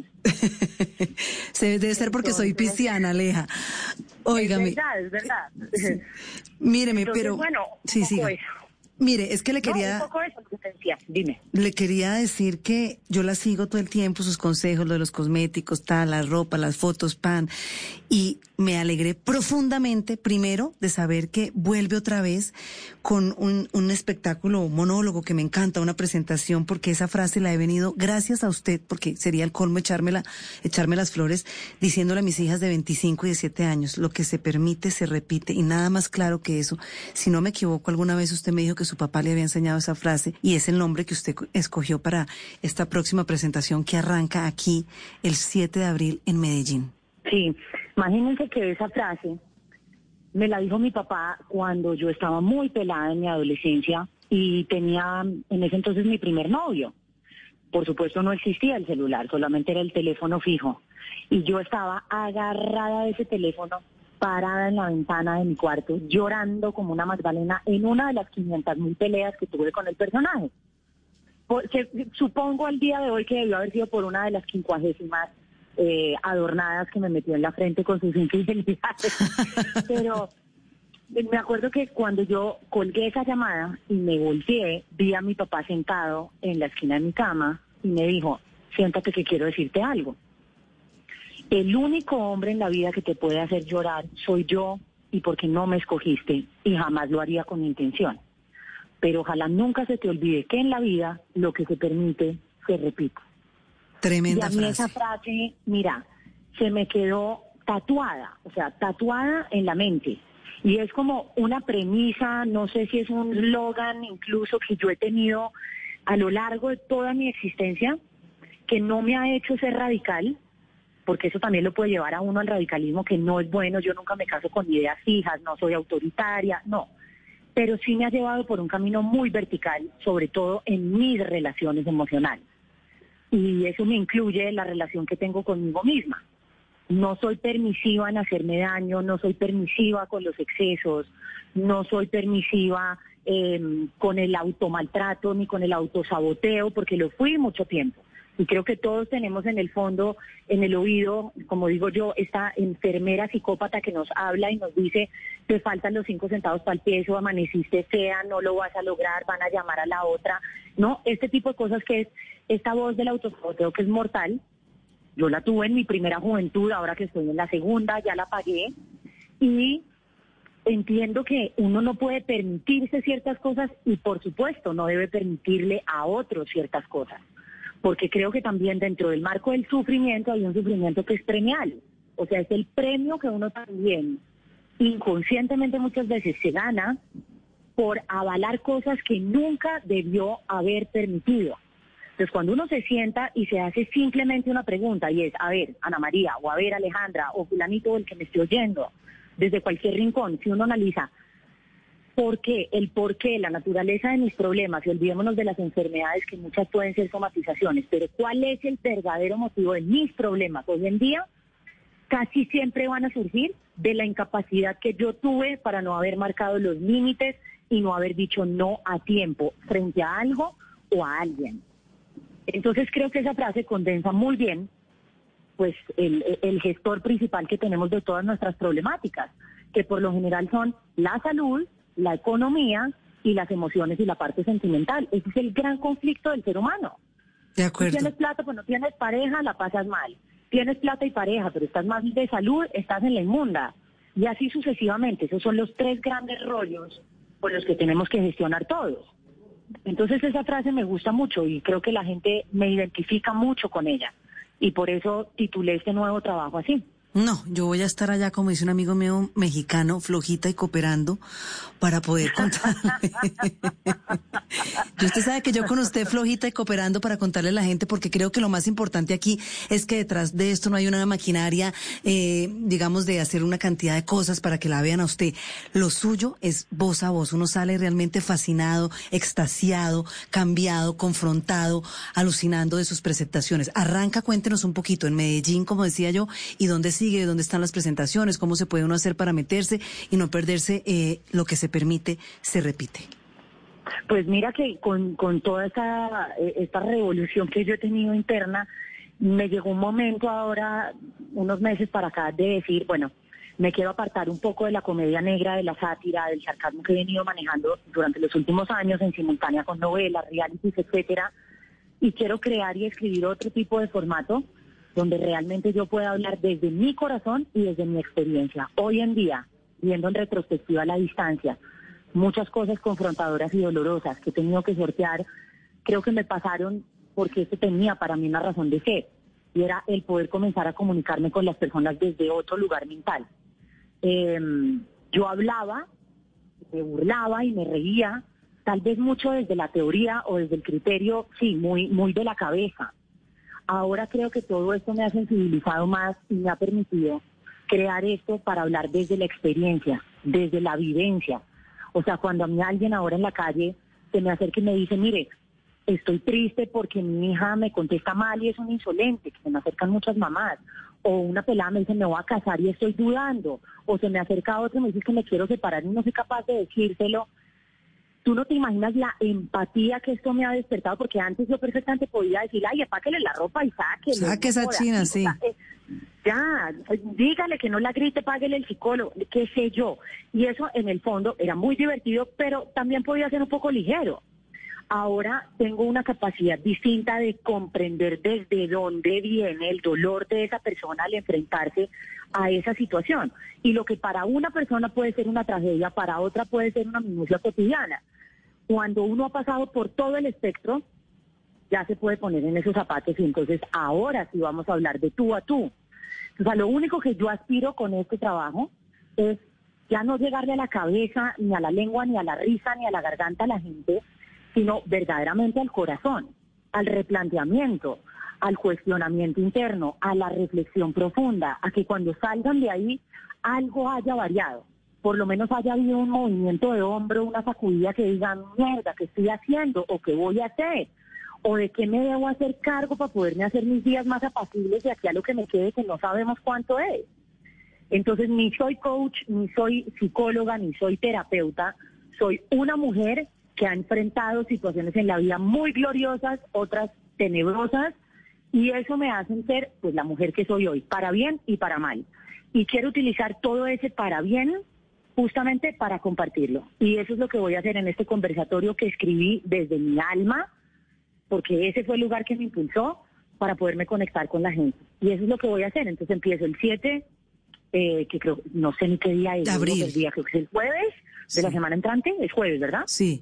Debe ser porque soy pisciana, Aleja. Óigame. Es verdad. Sí. Míreme, entonces, pero... Bueno, sí. Mire, es que le quería... un poco eso, lo que te decía. Dime. Le quería decir que yo la sigo todo el tiempo, sus consejos, lo de los cosméticos, la ropa, las fotos, y me alegré profundamente, primero, de saber que vuelve otra vez con un espectáculo, monólogo que me encanta, una presentación, porque esa frase la he venido gracias a usted, porque sería el colmo echarme las flores, diciéndole a mis hijas de 25 y de 7 años, lo que se permite se repite, y nada más claro que eso. Si no me equivoco, alguna vez usted me dijo que su papá le había enseñado esa frase, y es el nombre que usted escogió para esta próxima presentación que arranca aquí el 7 de abril en Medellín. Sí, imagínense que esa frase me la dijo mi papá cuando yo estaba muy pelada en mi adolescencia y tenía en ese entonces mi primer novio. Por supuesto no existía el celular, solamente era el teléfono fijo, y yo estaba agarrada de ese teléfono, parada en la ventana de mi cuarto, llorando como una Magdalena en una de las 500,000 peleas que tuve con el personaje. Supongo al día de hoy que debió haber sido por una de las 50º adornadas que me metió en la frente con sus infidelidades. Pero me acuerdo que cuando yo colgué esa llamada y me volteé, vi a mi papá sentado en la esquina de mi cama y me dijo, siéntate que quiero decirte algo. El único hombre en la vida que te puede hacer llorar soy yo, y porque no me escogiste, y jamás lo haría con intención. Pero ojalá nunca se te olvide que en la vida lo que se permite se repite. Tremenda frase. Y a mí frase. esa frase, mira, se me quedó tatuada en la mente. Y es como una premisa, no sé si es un eslogan incluso que yo he tenido a lo largo de toda mi existencia, que no me ha hecho ser radical, porque eso también lo puede llevar a uno al radicalismo, que no es bueno. Yo nunca me caso con ideas fijas, no soy autoritaria, no. Pero sí me ha llevado por un camino muy vertical, sobre todo en mis relaciones emocionales. Y eso me incluye la relación que tengo conmigo misma. No soy permisiva en hacerme daño, no soy permisiva con los excesos, no soy permisiva con el automaltrato ni con el autosaboteo, porque lo fui mucho tiempo. Y creo que todos tenemos en el fondo, en el oído, como digo yo, esta enfermera psicópata que nos habla y nos dice: te faltan los 5 centavos para el peso, amaneciste fea, no lo vas a lograr, van a llamar a la otra. No, este tipo de cosas, que es esta voz del autosaboteo, que es mortal. Yo la tuve en mi primera juventud, ahora que estoy en la segunda, ya la pagué. Y entiendo que uno no puede permitirse ciertas cosas y, por supuesto, no debe permitirle a otros ciertas cosas. Porque creo que también dentro del marco del sufrimiento hay un sufrimiento que es premial. O sea, es el premio que uno también inconscientemente muchas veces se gana por avalar cosas que nunca debió haber permitido. Entonces, cuando uno se sienta y se hace simplemente una pregunta, y es: a ver, Ana María, o a ver, Alejandra, o fulanito, o el que me esté oyendo, desde cualquier rincón, si uno analiza ¿por qué? El por qué, la naturaleza de mis problemas, y olvidémonos de las enfermedades, que muchas pueden ser somatizaciones, pero ¿cuál es el verdadero motivo de mis problemas hoy en día? Casi siempre van a surgir de la incapacidad que yo tuve para no haber marcado los límites y no haber dicho no a tiempo frente a algo o a alguien. Entonces creo que esa frase condensa muy bien pues el gestor principal que tenemos de todas nuestras problemáticas, que por lo general son la salud, la economía y las emociones y la parte sentimental. Ese es el gran conflicto del ser humano. De acuerdo. Si tienes plata, pues no tienes pareja, la pasas mal. Tienes plata y pareja, pero estás mal de salud, estás en la inmunda. Y así sucesivamente. Esos son los 3 grandes rollos por los que tenemos que gestionar todos. Entonces esa frase me gusta mucho y creo que la gente me identifica mucho con ella. Y por eso titulé este nuevo trabajo así. No, yo voy a estar allá, como dice un amigo mío mexicano, flojita y cooperando para poder contarle. Usted sabe que yo con usted flojita y cooperando para contarle a la gente, porque creo que lo más importante aquí es que detrás de esto no hay una maquinaria, digamos, de hacer una cantidad de cosas para que la vean a usted. Lo suyo es voz a voz. Uno sale realmente fascinado, extasiado, cambiado, confrontado, alucinando de sus presentaciones. Arranca, cuéntenos un poquito en Medellín, como decía yo, y dónde sigue, dónde están las presentaciones, cómo se puede uno hacer para meterse y no perderse lo que se permite, se repite. Pues mira que con toda esta revolución que yo he tenido interna, me llegó un momento ahora, unos meses para acá, de decir, bueno, me quiero apartar un poco de la comedia negra, de la sátira, del sarcasmo que he venido manejando durante los últimos años en simultánea con novelas, realities, etcétera, y quiero crear y escribir otro tipo de formato donde realmente yo pueda hablar desde mi corazón y desde mi experiencia. Hoy en día, viendo en retrospectiva a la distancia, muchas cosas confrontadoras y dolorosas que he tenido que sortear, creo que me pasaron porque esto tenía para mí una razón de ser, y era el poder comenzar a comunicarme con las personas desde otro lugar mental. Yo hablaba, me burlaba y me reía, tal vez mucho desde la teoría o desde el criterio, sí, muy de la cabeza. Ahora creo que todo esto me ha sensibilizado más y me ha permitido crear esto para hablar desde la experiencia, desde la vivencia. O sea, cuando a mí alguien ahora en la calle se me acerca y me dice, mire, estoy triste porque mi hija me contesta mal y es un insolente, que se me acercan muchas mamás. O una pelada me dice, me voy a casar y estoy dudando. O se me acerca otro y me dice que me quiero separar y no soy capaz de decírselo. Tú no te imaginas la empatía que esto me ha despertado, porque antes yo perfectamente podía decir, ay, apáquele la ropa y sáquele. Saque esa china, sí. Ya, dígale que no la grite, páguele el psicólogo, qué sé yo. Y eso en el fondo era muy divertido, pero también podía ser un poco ligero. Ahora tengo una capacidad distinta de comprender desde dónde viene el dolor de esa persona al enfrentarse a esa situación. Y lo que para una persona puede ser una tragedia, para otra puede ser una minucia cotidiana. Cuando uno ha pasado por todo el espectro, ya se puede poner en esos zapatos, y entonces ahora sí vamos a hablar de tú a tú. O sea, lo único que yo aspiro con este trabajo es ya no llegarle a la cabeza, ni a la lengua, ni a la risa, ni a la garganta a la gente, sino verdaderamente al corazón, al replanteamiento, al cuestionamiento interno, a la reflexión profunda, a que cuando salgan de ahí algo haya variado, por lo menos haya habido un movimiento de hombro, una sacudida que digan, mierda, ¿qué estoy haciendo? ¿O qué voy a hacer? ¿O de qué me debo hacer cargo para poderme hacer mis días más apacibles de aquí a lo que me quede, que no sabemos cuánto es? Entonces, ni soy coach, ni soy psicóloga, ni soy terapeuta, soy una mujer que ha enfrentado situaciones en la vida muy gloriosas, otras tenebrosas, y eso me hace ser pues la mujer que soy hoy, para bien y para mal. Y quiero utilizar todo ese para bien justamente para compartirlo. Y eso es lo que voy a hacer en este conversatorio que escribí desde mi alma, porque ese fue el lugar que me impulsó para poderme conectar con la gente. Y eso es lo que voy a hacer. Entonces empiezo el 7, que creo, no sé ni qué día es. Abril. El día, creo que es el jueves de la semana entrante. Es jueves, ¿verdad? Sí.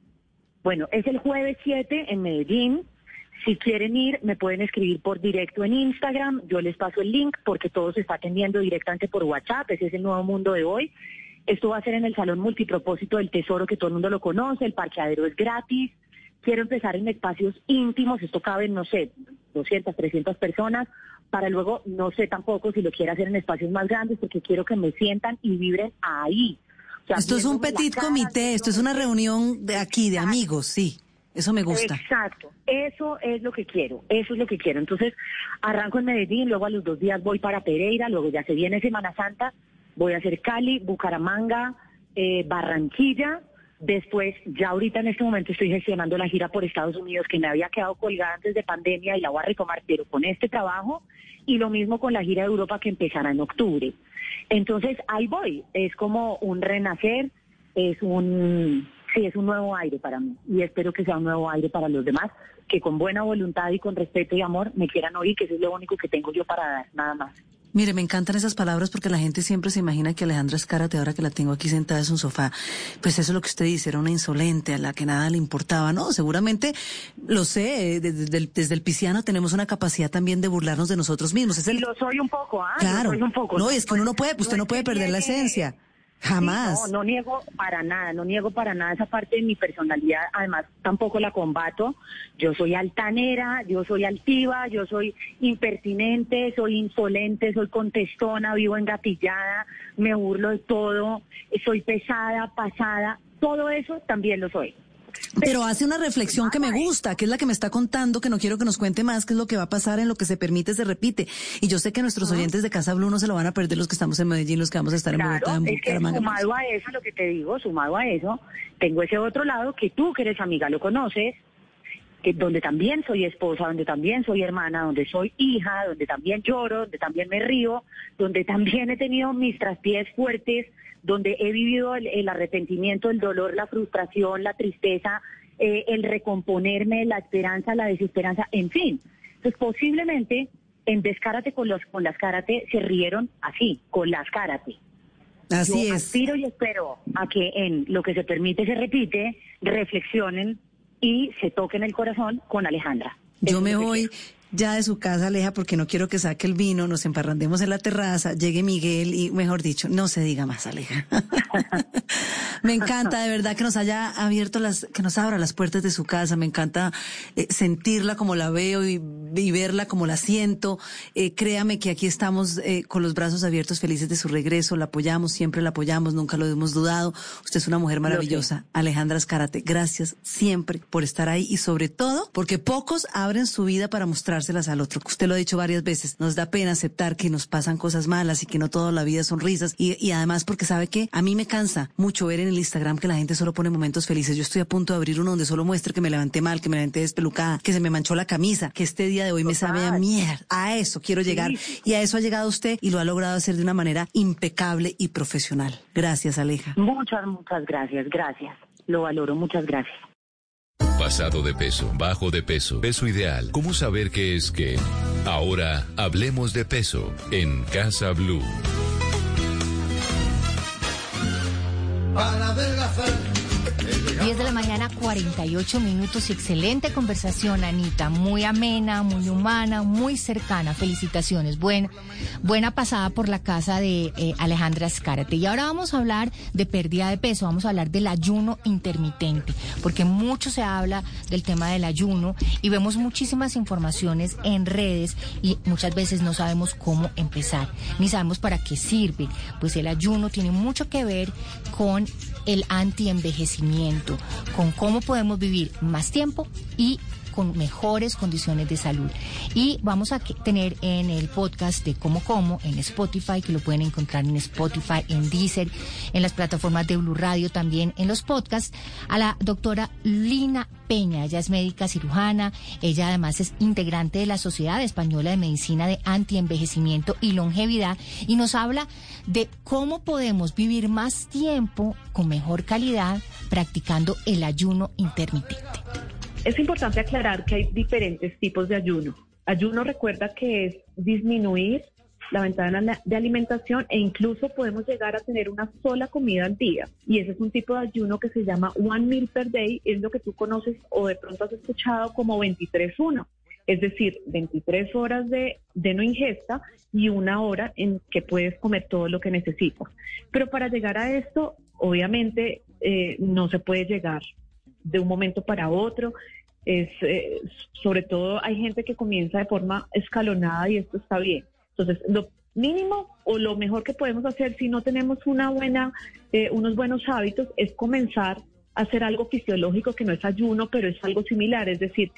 Bueno, es el jueves 7 en Medellín. Si quieren ir, me pueden escribir por directo en Instagram. Yo les paso el link porque todo se está atendiendo directamente por WhatsApp. Ese es el nuevo mundo de hoy. Esto va a ser en el Salón Multipropósito del Tesoro, que todo el mundo lo conoce. El parqueadero es gratis. Quiero empezar en espacios íntimos. Esto cabe, no sé, 200, 300 personas. Para luego, no sé tampoco si lo quiero hacer en espacios más grandes, porque quiero que me sientan y vibren ahí. O sea, esto es un petit comité, esto es una reunión de aquí, de amigos, sí. Eso me gusta. Exacto, eso es lo que quiero, eso es lo que quiero. Entonces, arranco en Medellín, luego a los 2 días voy para Pereira, luego ya se viene Semana Santa, voy a hacer Cali, Bucaramanga, Barranquilla. Después, ya ahorita en este momento estoy gestionando la gira por Estados Unidos, que me había quedado colgada antes de pandemia y la voy a retomar, pero con este trabajo, y lo mismo con la gira de Europa que empezará en octubre. Entonces, ahí voy, es como un renacer, es un nuevo aire para mí, y espero que sea un nuevo aire para los demás, que con buena voluntad y con respeto y amor me quieran oír, que eso es lo único que tengo yo para dar, nada más. Mire, me encantan esas palabras porque la gente siempre se imagina que Alejandra Zárate, ahora que la tengo aquí sentada en un sofá, pues eso es lo que usted dice, era una insolente a la que nada le importaba. No, seguramente, lo sé, desde el pisciano tenemos una capacidad también de burlarnos de nosotros mismos. Y lo soy un poco, Claro. Lo soy un poco. No, es que uno no puede, usted no puede perder la esencia. Jamás. Sí, no niego para nada esa parte de mi personalidad, además tampoco la combato. Yo soy altanera, yo soy altiva, yo soy impertinente, soy insolente, soy contestona, vivo engatillada, me burlo de todo, soy pesada, pasada, todo eso también lo soy. Pero hace una reflexión que me gusta, que es la que me está contando, que no quiero que nos cuente más, que es lo que va a pasar en lo que se permite, se repite. Y yo sé que nuestros oyentes de Casa Blue no se lo van a perder, los que estamos en Medellín, los que vamos a estar en Bogotá, en Bucaramanga. Sumado a eso, lo que te digo, sumado a eso, tengo ese otro lado que tú, que eres amiga, lo conoces, que donde también soy esposa, donde también soy hermana, donde soy hija, donde también lloro, donde también me río, donde también he tenido mis traspiés fuertes, donde he vivido el arrepentimiento, el dolor, la frustración, la tristeza, el recomponerme, la esperanza, la desesperanza, en fin. Entonces, posiblemente en Descárate con las Cárate se rieron así, con las Cárate. Así Yo es. aspiro y espero a que en lo que se permite se repite, reflexionen y se toquen el corazón con Alejandra. Yo me voy ya de su casa, Aleja, porque no quiero que saque el vino, nos emparrandemos en la terraza, llegue Miguel y, mejor dicho, no se diga más, Aleja. Me encanta, de verdad, que nos haya abierto que nos abra las puertas de su casa. Me encanta sentirla como la veo y verla como la siento. Créame que aquí estamos con los brazos abiertos, felices de su regreso. La apoyamos, siempre la apoyamos, nunca lo hemos dudado. Usted es una mujer maravillosa. Alejandra Zárate, gracias siempre por estar ahí y sobre todo porque pocos abren su vida para mostrárselas al otro. Usted lo ha dicho varias veces. Nos da pena aceptar que nos pasan cosas malas y que no toda la vida son risas. Y además porque sabe que a mí me cansa mucho ver en el Instagram que la gente solo pone momentos felices. Yo estoy a punto de abrir uno donde solo muestre que me levanté mal, que me levanté despelucada, que se me manchó la camisa, que este día de hoy me sabe a mierda. A eso quiero llegar. Y a eso ha llegado usted y lo ha logrado hacer de una manera impecable y profesional. Gracias, Aleja. Muchas gracias. Lo valoro, muchas gracias. Pasado de peso, bajo de peso, peso ideal. ¿Cómo saber qué es qué? Ahora hablemos de peso en Casa Blue. Para adelgazar. 10 de la la mañana, 48 minutos. Excelente conversación, Anita. Muy amena, muy humana, muy cercana. Felicitaciones. Buena pasada por la casa de Alejandra Azcárate. Y ahora vamos a hablar de pérdida de peso. Vamos a hablar del ayuno intermitente, porque mucho se habla del tema del ayuno y vemos muchísimas informaciones en redes y muchas veces no sabemos cómo empezar, ni sabemos para qué sirve. Pues el ayuno tiene mucho que ver con el antienvejecimiento, con cómo podemos vivir más tiempo y con mejores condiciones de salud. Y vamos a tener en el podcast de Como en Spotify, que lo pueden encontrar en Spotify, en Deezer, en las plataformas de Blue Radio, también en los podcasts, a la doctora Lina Peña. Ella es médica cirujana, ella además es integrante de la Sociedad Española de Medicina de Antienvejecimiento y Longevidad, y nos habla de cómo podemos vivir más tiempo con mejor calidad practicando el ayuno intermitente. Es importante aclarar que hay diferentes tipos de ayuno. Ayuno, recuerda que es disminuir la ventana de alimentación e incluso podemos llegar a tener una sola comida al día. Y ese es un tipo de ayuno que se llama one meal per day, es lo que tú conoces o de pronto has escuchado como 23-1. Es decir, 23 horas de no ingesta y 1 hora en que puedes comer todo lo que necesitas. Pero para llegar a esto, obviamente, no se puede llegar de un momento para otro. Sobre todo hay gente que comienza de forma escalonada y esto está bien. Entonces, lo mínimo o lo mejor que podemos hacer si no tenemos unos buenos hábitos es comenzar a hacer algo fisiológico que no es ayuno, pero es algo similar. Es decir,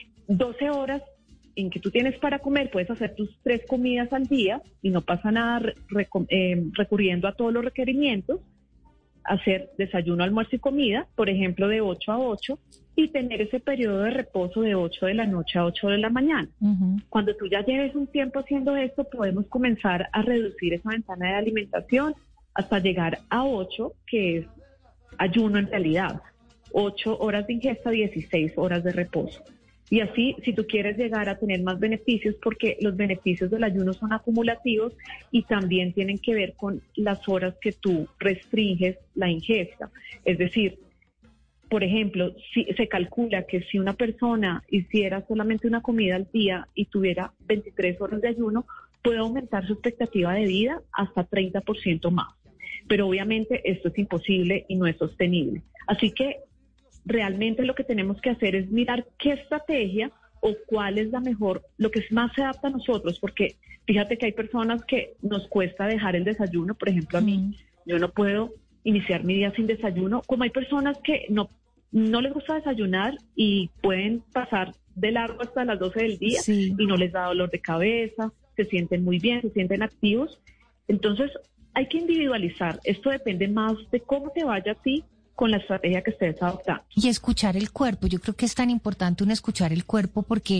12 horas en que tú tienes para comer, puedes hacer tus 3 comidas al día y no pasa nada recurriendo a todos los requerimientos. Hacer desayuno, almuerzo y comida, por ejemplo, de 8 a 8, y tener ese periodo de reposo de 8 de la noche a 8 de la mañana. Uh-huh. Cuando tú ya lleves un tiempo haciendo esto, podemos comenzar a reducir esa ventana de alimentación hasta llegar a 8, que es ayuno en realidad. 8 horas de ingesta, 16 horas de reposo. Y así, si tú quieres llegar a tener más beneficios, porque los beneficios del ayuno son acumulativos y también tienen que ver con las horas que tú restringes la ingesta. Es decir, por ejemplo, si se calcula que si una persona hiciera solamente una comida al día y tuviera 23 horas de ayuno, puede aumentar su expectativa de vida hasta 30% más. Pero obviamente esto es imposible y no es sostenible. Así que realmente lo que tenemos que hacer es mirar qué estrategia o cuál es la mejor, lo que más se adapta a nosotros, porque fíjate que hay personas que nos cuesta dejar el desayuno. Por ejemplo, a mí, yo no puedo iniciar mi día sin desayuno, como hay personas que no les gusta desayunar y pueden pasar de largo hasta las 12 del día y no les da dolor de cabeza, se sienten muy bien, se sienten activos. Entonces hay que individualizar, esto depende más de cómo te vaya a ti con la estrategia que estés adoptando. Y escuchar el cuerpo, yo creo que es tan importante escuchar el cuerpo porque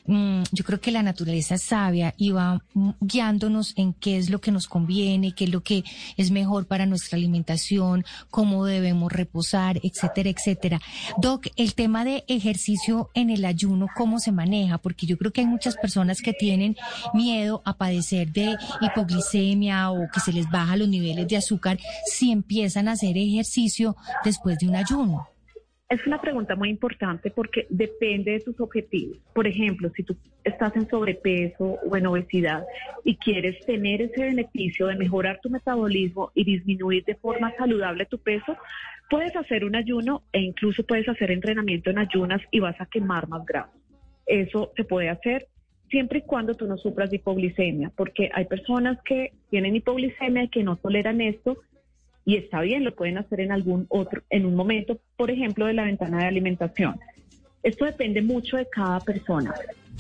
yo creo que la naturaleza es sabia y va guiándonos en qué es lo que nos conviene, qué es lo que es mejor para nuestra alimentación, cómo debemos reposar, etcétera, etcétera. Doc, el tema de ejercicio en el ayuno, ¿cómo se maneja? Porque yo creo que hay muchas personas que tienen miedo a padecer de hipoglicemia o que se les baja los niveles de azúcar si empiezan a hacer ejercicio después de un ayuno. Es una pregunta muy importante porque depende de tus objetivos. Por ejemplo, si tú estás en sobrepeso o en obesidad y quieres tener ese beneficio de mejorar tu metabolismo y disminuir de forma saludable tu peso, puedes hacer un ayuno e incluso puedes hacer entrenamiento en ayunas y vas a quemar más grasa. Eso se puede hacer siempre y cuando tú no sufras de hipoglicemia, porque hay personas que tienen hipoglicemia y que no toleran esto. Y está bien, lo pueden hacer en un momento, por ejemplo, de la ventana de alimentación. Esto depende mucho de cada persona.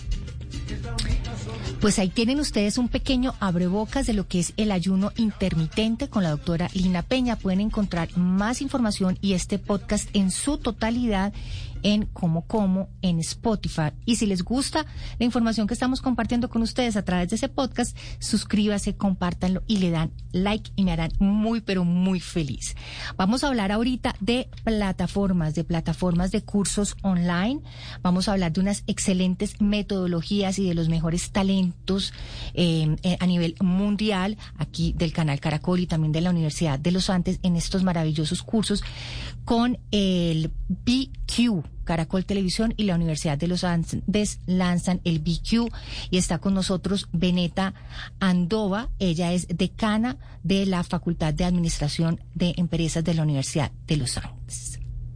Pues ahí tienen ustedes un pequeño abrebocas de lo que es el ayuno intermitente con la doctora Lina Peña. Pueden encontrar más información y este podcast en su totalidad en Como en Spotify. Y si les gusta la información que estamos compartiendo con ustedes a través de ese podcast, suscríbase, compártanlo y le dan like y me harán muy, pero muy feliz. Vamos a hablar ahorita de plataformas de cursos online. Vamos a hablar de unas excelentes metodologías y de los mejores talentos a nivel mundial, aquí del canal Caracol y también de la Universidad de los Andes, en estos maravillosos cursos con el BQ. Caracol Televisión y la Universidad de los Andes lanzan el BQ y está con nosotros Beneta Andova. Ella es decana de la Facultad de Administración de Empresas de la Universidad de los Andes.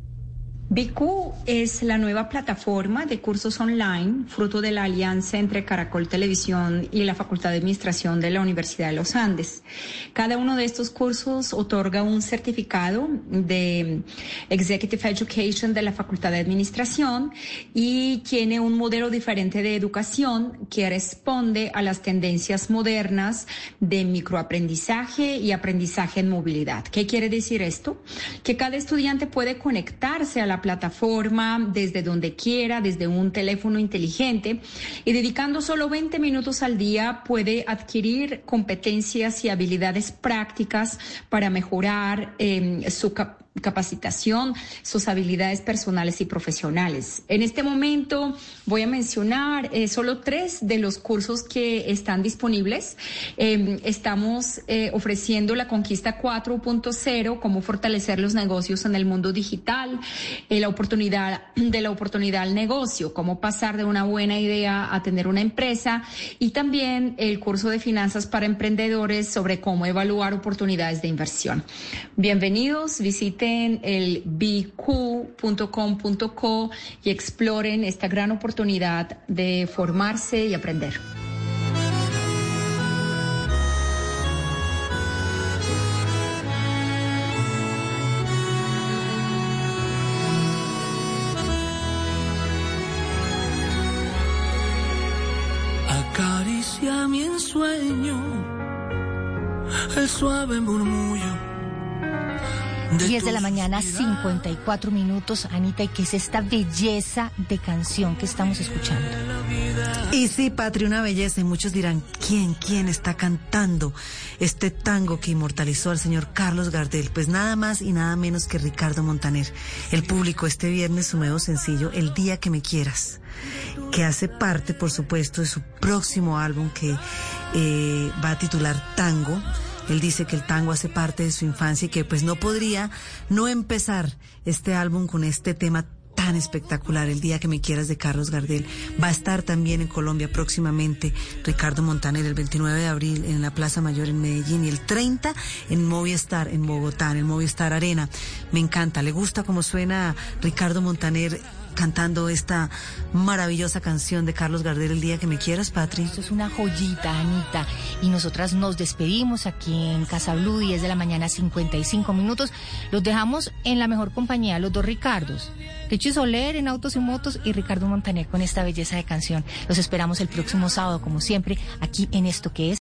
BQ es la nueva plataforma de cursos online, fruto de la alianza entre Caracol Televisión y la Facultad de Administración de la Universidad de los Andes. Cada uno de estos cursos otorga un certificado de Executive Education de la Facultad de Administración y tiene un modelo diferente de educación que responde a las tendencias modernas de microaprendizaje y aprendizaje en movilidad. ¿Qué quiere decir esto? Que cada estudiante puede conectarse a la plataforma desde donde quiera, desde un teléfono inteligente, y dedicando solo 20 minutos al día puede adquirir competencias y habilidades prácticas para mejorar su capacitación, sus habilidades personales y profesionales. En este momento voy a mencionar solo 3 de los cursos que están disponibles. Estamos ofreciendo la Conquista 4.0, cómo fortalecer los negocios en el mundo digital, la oportunidad al negocio, cómo pasar de una buena idea a tener una empresa, y también el curso de finanzas para emprendedores sobre cómo evaluar oportunidades de inversión. Bienvenidos, visiten el bq.com.co y exploren esta gran oportunidad de formarse y aprender. Acaricia mi ensueño, el suave murmullo. 10 de la mañana, 54 minutos, Anita, ¿y qué es esta belleza de canción que estamos escuchando? Y sí, Patri, una belleza, y muchos dirán, ¿quién está cantando este tango que inmortalizó al señor Carlos Gardel? Pues nada más y nada menos que Ricardo Montaner. Él publicó este viernes su nuevo sencillo, El Día que Me Quieras, que hace parte, por supuesto, de su próximo álbum que va a titular Tango. Él dice que el tango hace parte de su infancia y que pues no podría no empezar este álbum con este tema tan espectacular, El Día que Me Quieras, de Carlos Gardel. Va a estar también en Colombia próximamente Ricardo Montaner, el 29 de abril en la Plaza Mayor en Medellín y el 30 en Movistar en Bogotá, en el Movistar Arena. Me encanta, le gusta cómo suena Ricardo Montaner cantando esta maravillosa canción de Carlos Gardel, El Día que Me Quieras, Patri. Esto es una joyita, Anita, y nosotras nos despedimos aquí en Casa Blue, 10 de la mañana, 55 minutos. Los dejamos en la mejor compañía, los dos Ricardos, Richie Soler en Autos y Motos y Ricardo Montaner con esta belleza de canción. Los esperamos el próximo sábado, como siempre, aquí en esto que es